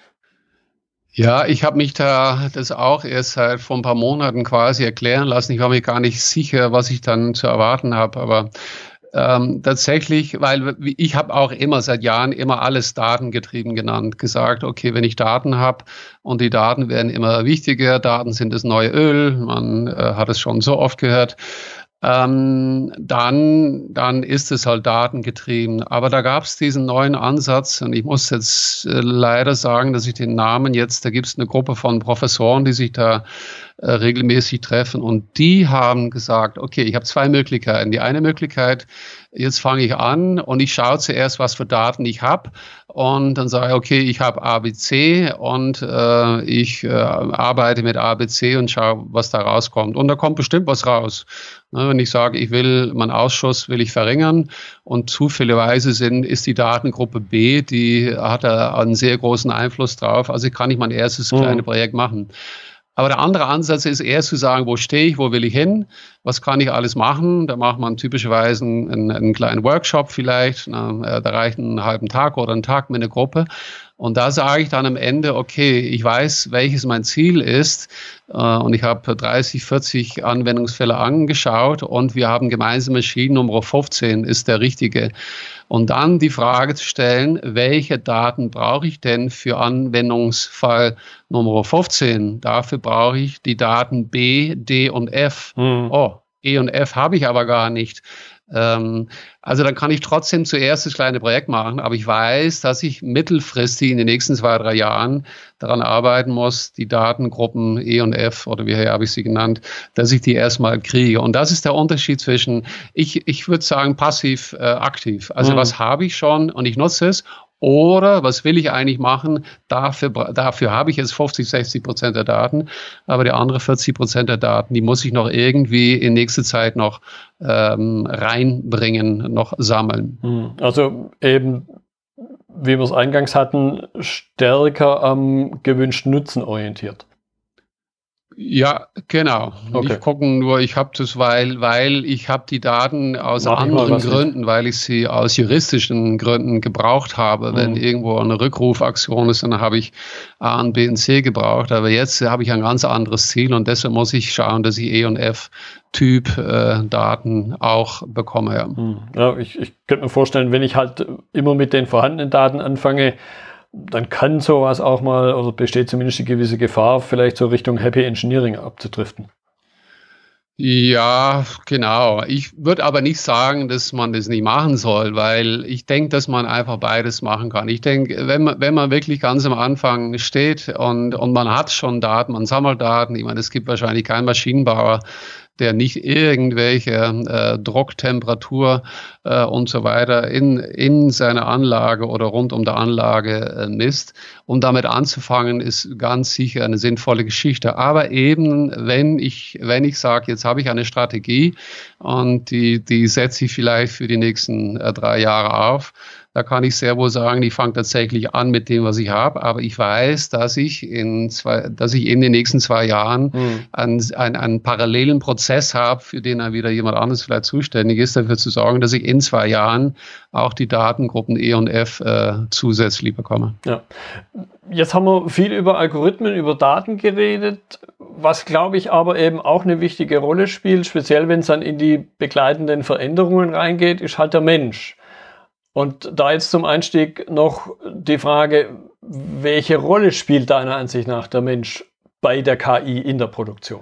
Ja, ich habe mich da das auch erst seit vor ein paar Monaten quasi erklären lassen. Ich war mir gar nicht sicher, was ich dann zu erwarten habe, aber Ähm, tatsächlich, weil ich habe auch immer seit Jahren immer alles datengetrieben genannt, gesagt, okay, wenn ich Daten habe und die Daten werden immer wichtiger, Daten sind das neue Öl, man äh, hat es schon so oft gehört, ähm, dann, dann ist es halt datengetrieben. Aber da gab es diesen neuen Ansatz und ich muss jetzt äh, leider sagen, dass ich den Namen jetzt, da gibt es eine Gruppe von Professoren, die sich da äh, regelmäßig treffen und die haben gesagt, okay, ich habe zwei Möglichkeiten. Die eine Möglichkeit, jetzt fange ich an und ich schaue zuerst, was für Daten ich habe und dann sage ich, okay, ich habe A B C und äh, ich äh, arbeite mit A B C und schaue, was da rauskommt. Und da kommt bestimmt was raus. Ne, wenn ich sage, ich will, meinen Ausschuss will ich verringern und zufälligerweise sind, ist die Datengruppe B, die hat da einen sehr großen Einfluss drauf, also kann ich mein erstes mhm. kleines Projekt machen. Aber der andere Ansatz ist eher zu sagen, wo stehe ich, wo will ich hin, was kann ich alles machen. Da macht man typischerweise einen, einen kleinen Workshop vielleicht, na, da reicht einen halben Tag oder einen Tag mit einer Gruppe. Und da sage ich dann am Ende, okay, ich weiß, welches mein Ziel ist äh, und ich habe dreißig, vierzig Anwendungsfälle angeschaut und wir haben gemeinsam entschieden, Nummer fünfzehn ist der richtige. Und dann die Frage zu stellen, welche Daten brauche ich denn für Anwendungsfall Nummer fünfzehn? Dafür brauche ich die Daten B, D und F. Mhm. Oh, E und F habe ich aber gar nicht. Ähm, also dann kann ich trotzdem zuerst das kleine Projekt machen, aber ich weiß, dass ich mittelfristig in den nächsten zwei, drei Jahren daran arbeiten muss, die Datengruppen E und F oder wie habe ich sie genannt, dass ich die erstmal kriege. Und das ist der Unterschied zwischen, ich, ich würde sagen, passiv, äh, aktiv. Also mhm. was habe ich schon und ich nutze es. Oder was will ich eigentlich machen? Dafür, dafür habe ich jetzt fünfzig, sechzig Prozent der Daten, aber die andere vierzig Prozent der Daten, die muss ich noch irgendwie in nächster Zeit noch ähm, reinbringen, noch sammeln. Also eben, wie wir es eingangs hatten, stärker am gewünschten Nutzen orientiert. Ja, genau. Okay. Ich gucke nur, ich habe das, weil, weil ich habe die Daten aus Mach anderen Gründen, nicht. weil ich sie aus juristischen Gründen gebraucht habe. Mhm. Wenn irgendwo eine Rückrufaktion ist, dann habe ich A und B und C gebraucht. Aber jetzt habe ich ein ganz anderes Ziel und deshalb muss ich schauen, dass ich E und F Typ äh, Daten auch bekomme. Mhm. Ja, ich, ich könnte mir vorstellen, wenn ich halt immer mit den vorhandenen Daten anfange, dann kann sowas auch mal, oder besteht zumindest eine gewisse Gefahr, vielleicht so Richtung Happy Engineering abzudriften. Ja, genau. Ich würde aber nicht sagen, dass man das nicht machen soll, weil ich denke, dass man einfach beides machen kann. Ich denke, wenn man, wenn man wirklich ganz am Anfang steht und, und man hat schon Daten, man sammelt Daten, ich meine, es gibt wahrscheinlich keinen Maschinenbauer, der nicht irgendwelche äh, Drucktemperatur äh, und so weiter in, in seiner Anlage oder rund um der Anlage äh, misst. Um damit anzufangen, ist ganz sicher eine sinnvolle Geschichte. Aber eben, wenn ich, wenn ich sage, jetzt habe ich eine Strategie und die, die setze ich vielleicht für die nächsten äh, drei Jahre auf, da kann ich sehr wohl sagen, ich fange tatsächlich an mit dem, was ich habe, aber ich weiß, dass ich in zwei, dass ich in den nächsten zwei Jahren mhm. einen, einen, einen parallelen Prozess habe, für den dann wieder jemand anderes vielleicht zuständig ist, dafür zu sorgen, dass ich in zwei Jahren auch die Datengruppen E und F äh, zusätzlich bekomme. Ja. Jetzt haben wir viel über Algorithmen, über Daten geredet, was, glaube ich, aber eben auch eine wichtige Rolle spielt, speziell wenn es dann in die begleitenden Veränderungen reingeht, ist halt der Mensch. Und da jetzt zum Einstieg noch die Frage, welche Rolle spielt deiner Ansicht nach der Mensch bei der K I in der Produktion?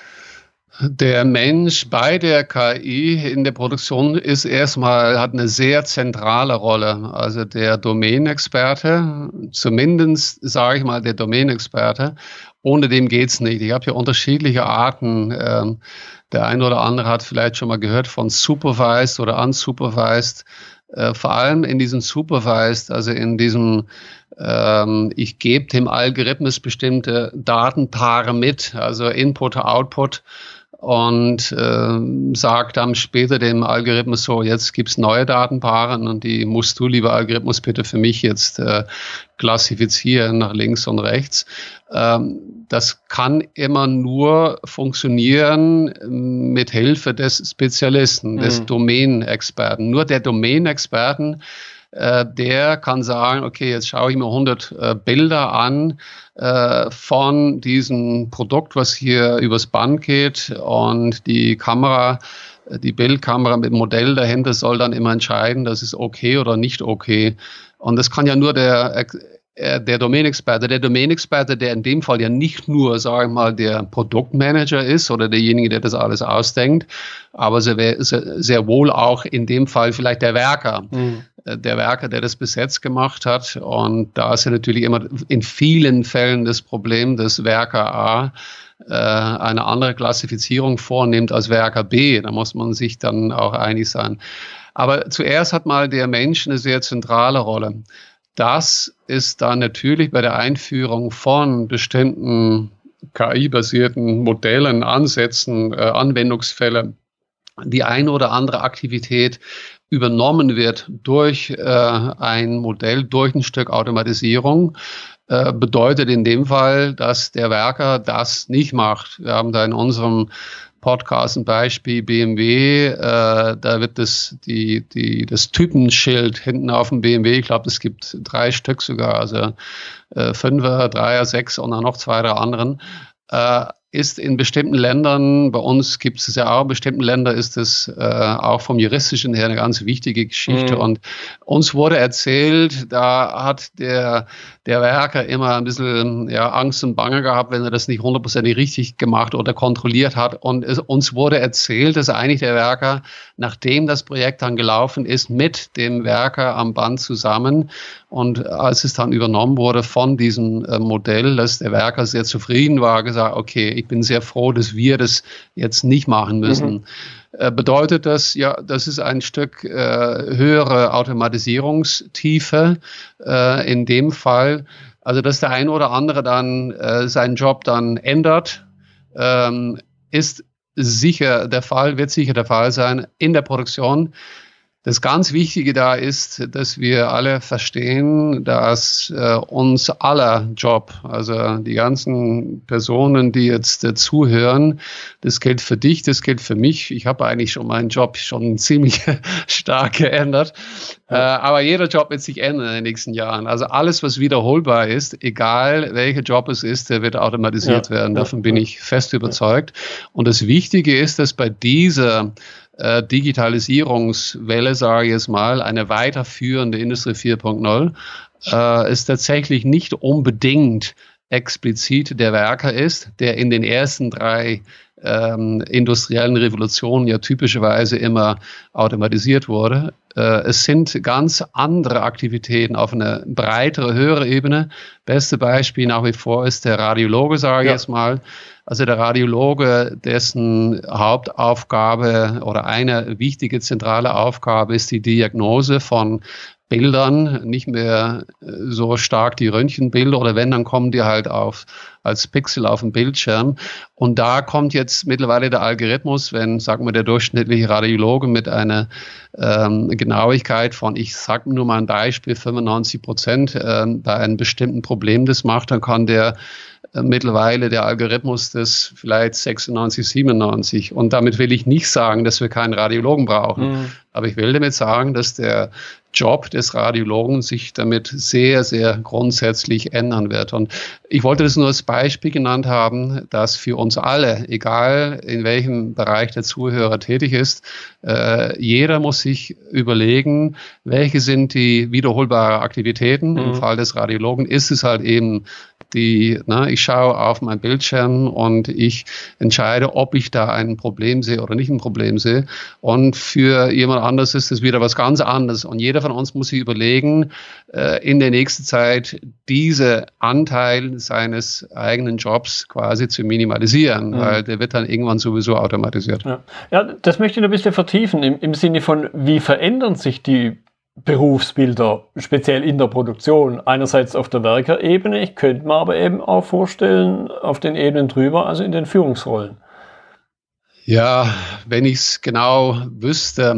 Der Mensch bei der K I in der Produktion ist erstmal, hat eine sehr zentrale Rolle. Also der Domänexperte, zumindest sage ich mal der Domänexperte, ohne dem geht's nicht. Ich habe ja unterschiedliche Arten. Ähm, der eine oder andere hat vielleicht schon mal gehört von supervised oder unsupervised. Äh, vor allem in diesem Supervised, also in diesem, ähm, ich gebe dem Algorithmus bestimmte Datenpaare mit, also Input, Output, und äh, sage dann später dem Algorithmus so, jetzt gibt's neue Datenpaare und die musst du, lieber Algorithmus, bitte für mich jetzt äh, klassifizieren nach links und rechts. Ähm, das kann immer nur funktionieren mit Hilfe des Spezialisten, des mhm. Domänexperten. Nur der Domänexperten, äh, der kann sagen, okay, jetzt schaue ich mir hundert äh, Bilder an äh, von diesem Produkt, was hier übers Band geht, und die Kamera, die Bildkamera mit dem Modell dahinter soll dann immer entscheiden, das ist okay oder nicht okay. Und das kann ja nur der der Domänexperte, der Domänexperte, der in dem Fall ja nicht nur, sagen wir mal, der Produktmanager ist oder derjenige, der das alles ausdenkt, aber sehr, sehr, sehr wohl auch in dem Fall vielleicht der Werker, mhm. der Werker, der das bis jetzt gemacht hat. Und da ist ja natürlich immer in vielen Fällen das Problem, dass Werker A äh, eine andere Klassifizierung vornimmt als Werker B. Da muss man sich dann auch einig sein. Aber zuerst hat mal der Mensch eine sehr zentrale Rolle. Das ist dann natürlich bei der Einführung von bestimmten K I-basierten Modellen, Ansätzen, äh, Anwendungsfälle, die eine oder andere Aktivität übernommen wird durch äh, ein Modell, durch ein Stück Automatisierung, äh, bedeutet in dem Fall, dass der Werker das nicht macht. Wir haben da in unserem Podcast ein Beispiel B M W, äh, da wird das die die das Typenschild hinten auf dem B M W, ich glaube, es gibt drei Stück sogar, also äh, Fünfer, Dreier, Sechs und dann noch zwei, drei anderen, äh, ist in bestimmten Ländern, bei uns gibt es ja auch, in bestimmten Ländern ist es äh, auch vom Juristischen her eine ganz wichtige Geschichte. Mhm. Und uns wurde erzählt, da hat der der Werker immer ein bisschen ja, Angst und Bange gehabt, wenn er das nicht hundertprozentig richtig gemacht oder kontrolliert hat. Und es, uns wurde erzählt, dass eigentlich der Werker, nachdem das Projekt dann gelaufen ist, mit dem Werker am Band zusammen, und als es dann übernommen wurde von diesem äh, Modell, dass der Werker sehr zufrieden war, gesagt, okay, ich bin sehr froh, dass wir das jetzt nicht machen müssen. Mhm. Äh, bedeutet das, ja, das ist ein Stück äh, höhere Automatisierungstiefe äh, in dem Fall. Also, dass der ein oder andere dann äh, seinen Job dann ändert, ähm, ist sicher der Fall, wird sicher der Fall sein in der Produktion. Das ganz Wichtige da ist, dass wir alle verstehen, dass äh, uns aller Job, also die ganzen Personen, die jetzt äh, zuhören, das gilt für dich, das gilt für mich. Ich habe eigentlich schon meinen Job schon ziemlich stark geändert. Äh, aber jeder Job wird sich ändern in den nächsten Jahren. Also alles, was wiederholbar ist, egal welcher Job es ist, der wird automatisiert ja, werden. Davon ja, bin ich fest überzeugt. Und das Wichtige ist, dass bei dieser Äh, Digitalisierungswelle, sage ich jetzt mal, eine weiterführende Industrie vier Punkt null, äh, ist tatsächlich nicht unbedingt explizit der Werker ist, der in den ersten drei ähm, industriellen Revolution ja typischerweise immer automatisiert wurde. Äh, es sind ganz andere Aktivitäten auf einer breitere, höhere Ebene. Beste Beispiel nach wie vor ist der Radiologe, sage ich ja. jetzt mal. Also der Radiologe, dessen Hauptaufgabe oder eine wichtige zentrale Aufgabe ist die Diagnose von Bildern, nicht mehr so stark die Röntgenbilder, oder wenn, dann kommen die halt auf als Pixel auf dem Bildschirm. Und da kommt jetzt mittlerweile der Algorithmus, wenn, sagen wir, der durchschnittliche Radiologe mit einer ähm, Genauigkeit von, ich sage nur mal ein Beispiel, fünfundneunzig Prozent äh, bei einem bestimmten Problem das macht, dann kann der äh, mittlerweile der Algorithmus das vielleicht sechsundneunzig, siebenundneunzig. Und damit will ich nicht sagen, dass wir keinen Radiologen brauchen. Mhm. Aber ich will damit sagen, dass der Job des Radiologen sich damit sehr, sehr grundsätzlich ändern wird. Und ich wollte das nur als Beispiel genannt haben, dass für uns alle, egal in welchem Bereich der Zuhörer tätig ist, äh, jeder muss sich überlegen, welche sind die wiederholbaren Aktivitäten. Mhm. Im Fall des Radiologen ist es halt eben die, na, ich schaue auf meinen Bildschirm und ich entscheide, ob ich da ein Problem sehe oder nicht ein Problem sehe. Und für jemand anderes ist es wieder was ganz anderes. Und jeder von uns muss sich überlegen, äh, in der nächsten Zeit diese Anteil seines eigenen Jobs quasi zu minimalisieren, mhm. weil der wird dann irgendwann sowieso automatisiert. Ja, ja, das möchte ich noch ein bisschen vertiefen, im, im Sinne von, wie verändern sich die Berufsbilder, speziell in der Produktion. Einerseits auf der Werkerebene, ich könnte mir aber eben auch vorstellen, auf den Ebenen drüber, also in den Führungsrollen. Ja, wenn ich es genau wüsste.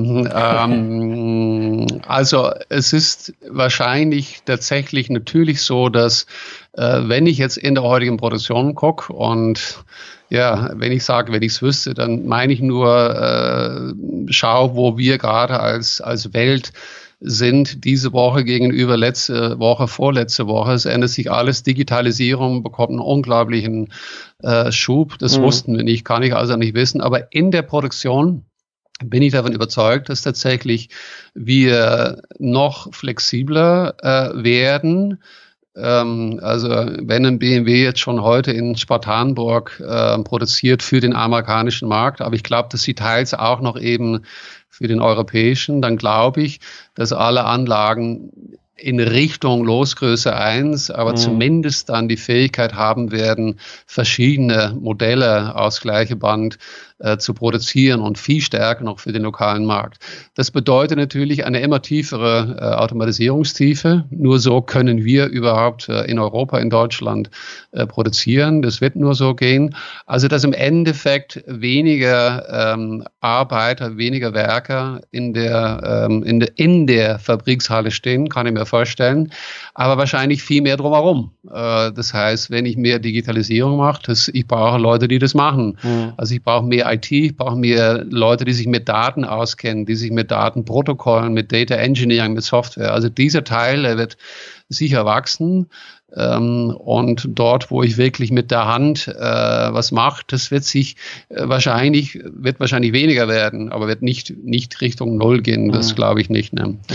Ähm, also es ist wahrscheinlich tatsächlich natürlich so, dass äh, wenn ich jetzt in der heutigen Produktion gucke und ja, wenn ich sage, wenn ich es wüsste, dann meine ich nur, äh, schau, wo wir gerade als als Welt sind diese Woche gegenüber letzte Woche, vorletzte Woche. Es ändert sich alles. Digitalisierung bekommt einen unglaublichen äh, Schub. Das mhm. wussten wir nicht, kann ich also nicht wissen. Aber in der Produktion bin ich davon überzeugt, dass tatsächlich wir noch flexibler äh, werden. Ähm, also wenn ein B M W jetzt schon heute in Spartanburg äh, produziert für den amerikanischen Markt, aber ich glaube, dass sie teils auch noch eben für den europäischen, dann glaube ich, dass alle Anlagen in Richtung Losgröße eins, aber mhm. zumindest dann die Fähigkeit haben werden, verschiedene Modelle aus gleichem Band äh, zu produzieren und viel stärker noch für den lokalen Markt. Das bedeutet natürlich eine immer tiefere äh, Automatisierungstiefe. Nur so können wir überhaupt äh, in Europa, in Deutschland äh, produzieren. Das wird nur so gehen. Also, dass im Endeffekt weniger ähm, Arbeiter, weniger Werker in der, ähm, in der, in der Fabrikshalle stehen, kann ich mir vorstellen, aber wahrscheinlich viel mehr drumherum. Äh, das heißt, wenn ich mehr Digitalisierung mache, das, ich brauche Leute, die das machen. Mhm. Also ich brauche mehr I T, ich brauche mehr Leute, die sich mit Daten auskennen, die sich mit Datenprotokollen, mit Data Engineering, mit Software. Also dieser Teil, der wird sicher wachsen. Ähm, und dort, wo ich wirklich mit der Hand äh, was mache, das wird sich äh, wahrscheinlich, wird wahrscheinlich weniger werden, aber wird nicht, nicht Richtung Null gehen. Das mhm. glaube ich nicht. Ne? Mhm.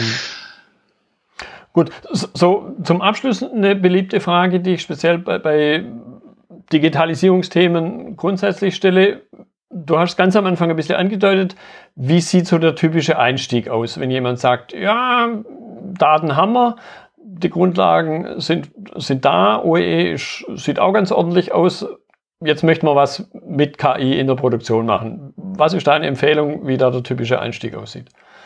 Gut, so zum Abschluss eine beliebte Frage, die ich speziell bei, bei Digitalisierungsthemen grundsätzlich stelle. Du hast ganz am Anfang ein bisschen angedeutet, wie sieht so der typische Einstieg aus, wenn jemand sagt, ja, Daten haben wir, die Grundlagen sind, sind da, O E E ist, sieht auch ganz ordentlich aus, jetzt möchten wir was mit K I in der Produktion machen. Was ist deine Empfehlung, wie da der typische Einstieg aussieht?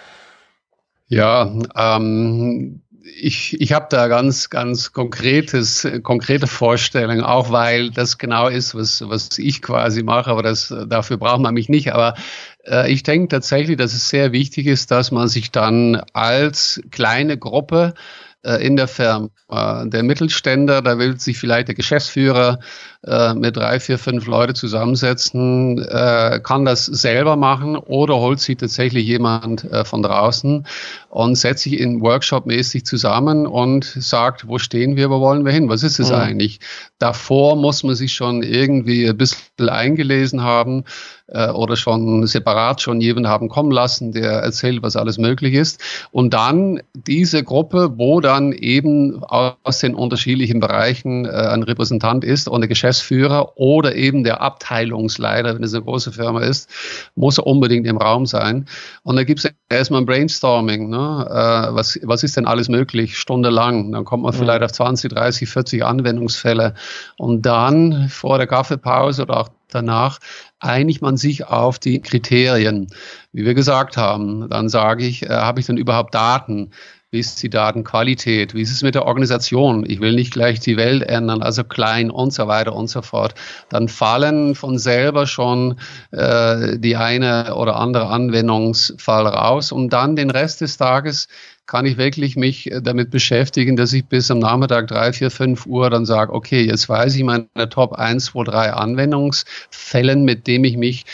Ja, ähm, ich, ich habe da ganz, ganz konkretes, konkrete Vorstellungen, auch weil das genau ist, was, was ich quasi mache, aber das, dafür braucht man mich nicht. Aber äh, ich denke tatsächlich, dass es sehr wichtig ist, dass man sich dann als kleine Gruppe äh, in der Firma, äh, der Mittelständler, da will sich vielleicht der Geschäftsführer äh, mit drei, vier, fünf Leute zusammensetzen, äh, kann das selber machen oder holt sich tatsächlich jemand äh, von draußen und setzt sich in Workshop-mäßig zusammen und sagt, wo stehen wir, wo wollen wir hin, was ist es mhm. eigentlich? Davor muss man sich schon irgendwie ein bisschen eingelesen haben äh, oder schon separat schon jemanden haben kommen lassen, der erzählt, was alles möglich ist. Und dann diese Gruppe, wo dann dann eben aus den unterschiedlichen Bereichen äh, ein Repräsentant ist und der Geschäftsführer oder eben der Abteilungsleiter, wenn es eine große Firma ist, muss er unbedingt im Raum sein. Und da gibt es erstmal ein Brainstorming. Ne? Äh, was, was ist denn alles möglich? Stundenlang. Dann kommt man vielleicht auf zwanzig, dreißig, vierzig Anwendungsfälle. Und dann vor der Kaffeepause oder auch danach einigt man sich auf die Kriterien. Wie wir gesagt haben, dann sage ich, äh, habe ich denn überhaupt Daten? Wie ist die Datenqualität? Wie ist es mit der Organisation? Ich will nicht gleich die Welt ändern, also klein und so weiter und so fort. Dann fallen von selber schon äh, die eine oder andere Anwendungsfall raus und dann den Rest des Tages kann ich wirklich mich damit beschäftigen, dass ich bis am Nachmittag drei, vier, fünf Uhr dann sage, okay, jetzt weiß ich meine Top eins, zwei, drei Anwendungsfällen, mit dem ich mich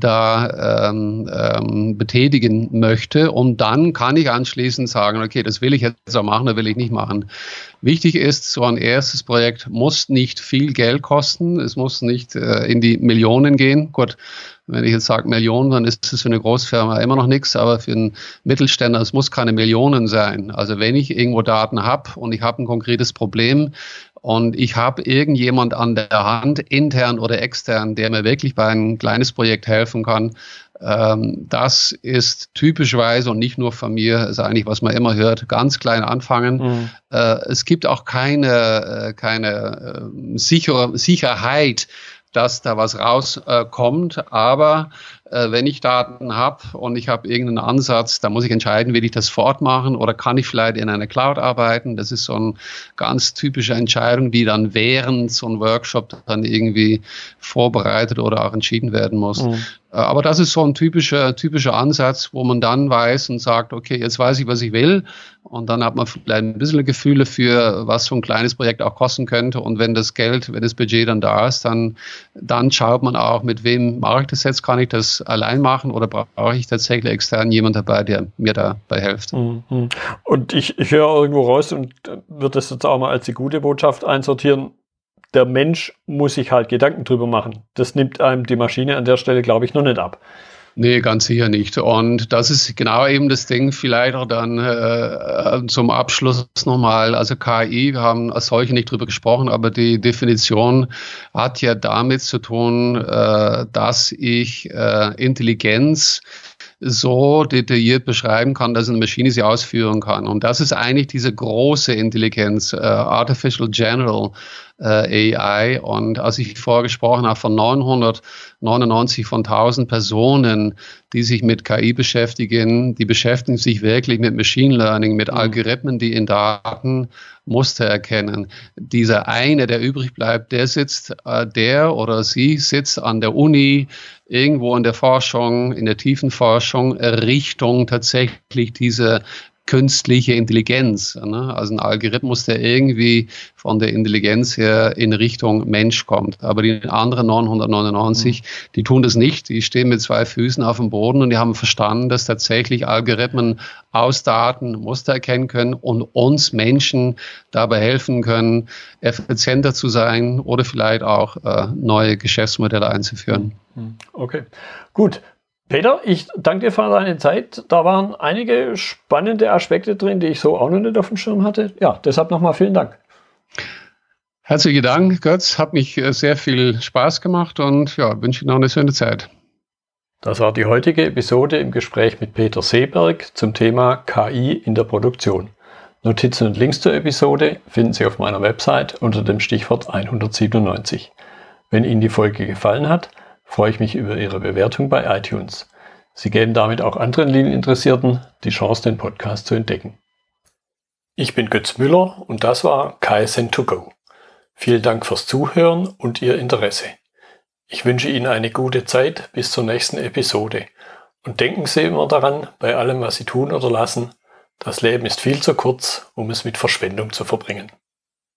da ähm, ähm, betätigen möchte. Und dann kann ich anschließend sagen, okay, das will ich jetzt auch machen, das will ich nicht machen. Wichtig ist, so ein erstes Projekt muss nicht viel Geld kosten. Es muss nicht äh, in die Millionen gehen. Gut, wenn ich jetzt sage Millionen, dann ist es für eine Großfirma immer noch nichts, aber für einen Mittelständler, es muss keine Millionen sein. Also wenn ich irgendwo Daten habe und ich habe ein konkretes Problem und ich habe irgendjemand an der Hand, intern oder extern, der mir wirklich bei einem kleines Projekt helfen kann, ähm, das ist typischerweise und nicht nur von mir, ist eigentlich, was man immer hört, ganz klein anfangen. Mhm. Äh, es gibt auch keine, äh, keine äh, sichere Sicherheit, dass da was rauskommt, äh, aber äh, wenn ich Daten habe und ich habe irgendeinen Ansatz, dann muss ich entscheiden, will ich das fortmachen oder kann ich vielleicht in einer Cloud arbeiten. Das ist so eine ganz typische Entscheidung, die dann während so einem Workshop dann irgendwie vorbereitet oder auch entschieden werden muss. Mhm. Aber das ist so ein typischer, typischer Ansatz, wo man dann weiß und sagt, okay, jetzt weiß ich, was ich will. Und dann hat man vielleicht ein bisschen Gefühle für, was so ein kleines Projekt auch kosten könnte. Und wenn das Geld, wenn das Budget dann da ist, dann, dann schaut man auch, mit wem mache ich das jetzt? Kann ich das allein machen oder brauche ich tatsächlich extern jemand dabei, der mir dabei hilft? Und ich, ich höre irgendwo raus und würde das jetzt auch mal als die gute Botschaft einsortieren. Der Mensch muss sich halt Gedanken drüber machen. Das nimmt einem die Maschine an der Stelle, glaube ich, noch nicht ab. Nee, ganz sicher nicht. Und das ist genau eben das Ding, vielleicht auch dann äh, zum Abschluss nochmal, also K I, wir haben als solche nicht drüber gesprochen, aber die Definition hat ja damit zu tun, äh, dass ich äh, Intelligenz so detailliert beschreiben kann, dass eine Maschine sie ausführen kann. Und das ist eigentlich diese große Intelligenz, äh, Artificial General äh, A I. Und als ich vorher gesprochen habe von neunhundertneunundneunzig von tausend Personen, die sich mit K I beschäftigen, die beschäftigen sich wirklich mit Machine Learning, mit Algorithmen, die in Daten Muster erkennen. Dieser eine, der übrig bleibt, der sitzt, äh, der oder sie sitzt an der Uni, irgendwo in der Forschung, in der tiefen Forschung, Richtung tatsächlich diese künstliche Intelligenz. Ne? Also ein Algorithmus, der irgendwie von der Intelligenz her in Richtung Mensch kommt. Aber die anderen neunhundertneunundneunzig, mhm. die tun das nicht. Die stehen mit zwei Füßen auf dem Boden und die haben verstanden, dass tatsächlich Algorithmen aus Daten Muster erkennen können und uns Menschen dabei helfen können, effizienter zu sein oder vielleicht auch äh, neue Geschäftsmodelle einzuführen. Okay, gut. Peter, ich danke dir für deine Zeit. Da waren einige spannende Aspekte drin, die ich so auch noch nicht auf dem Schirm hatte. Ja, deshalb nochmal vielen Dank. Herzlichen Dank, Götz. Hat mich sehr viel Spaß gemacht und ja, wünsche Ihnen noch eine schöne Zeit. Das war die heutige Episode im Gespräch mit Peter Seeberg zum Thema K I in der Produktion. Notizen und Links zur Episode finden Sie auf meiner Website unter dem Stichwort hundertsiebenundneunzig. Wenn Ihnen die Folge gefallen hat, freue ich mich über Ihre Bewertung bei iTunes. Sie geben damit auch anderen Lean-Interessierten die Chance, den Podcast zu entdecken. Ich bin Götz Müller und das war K S N to go. Vielen Dank fürs Zuhören und Ihr Interesse. Ich wünsche Ihnen eine gute Zeit bis zur nächsten Episode. Und denken Sie immer daran, bei allem, was Sie tun oder lassen, das Leben ist viel zu kurz, um es mit Verschwendung zu verbringen.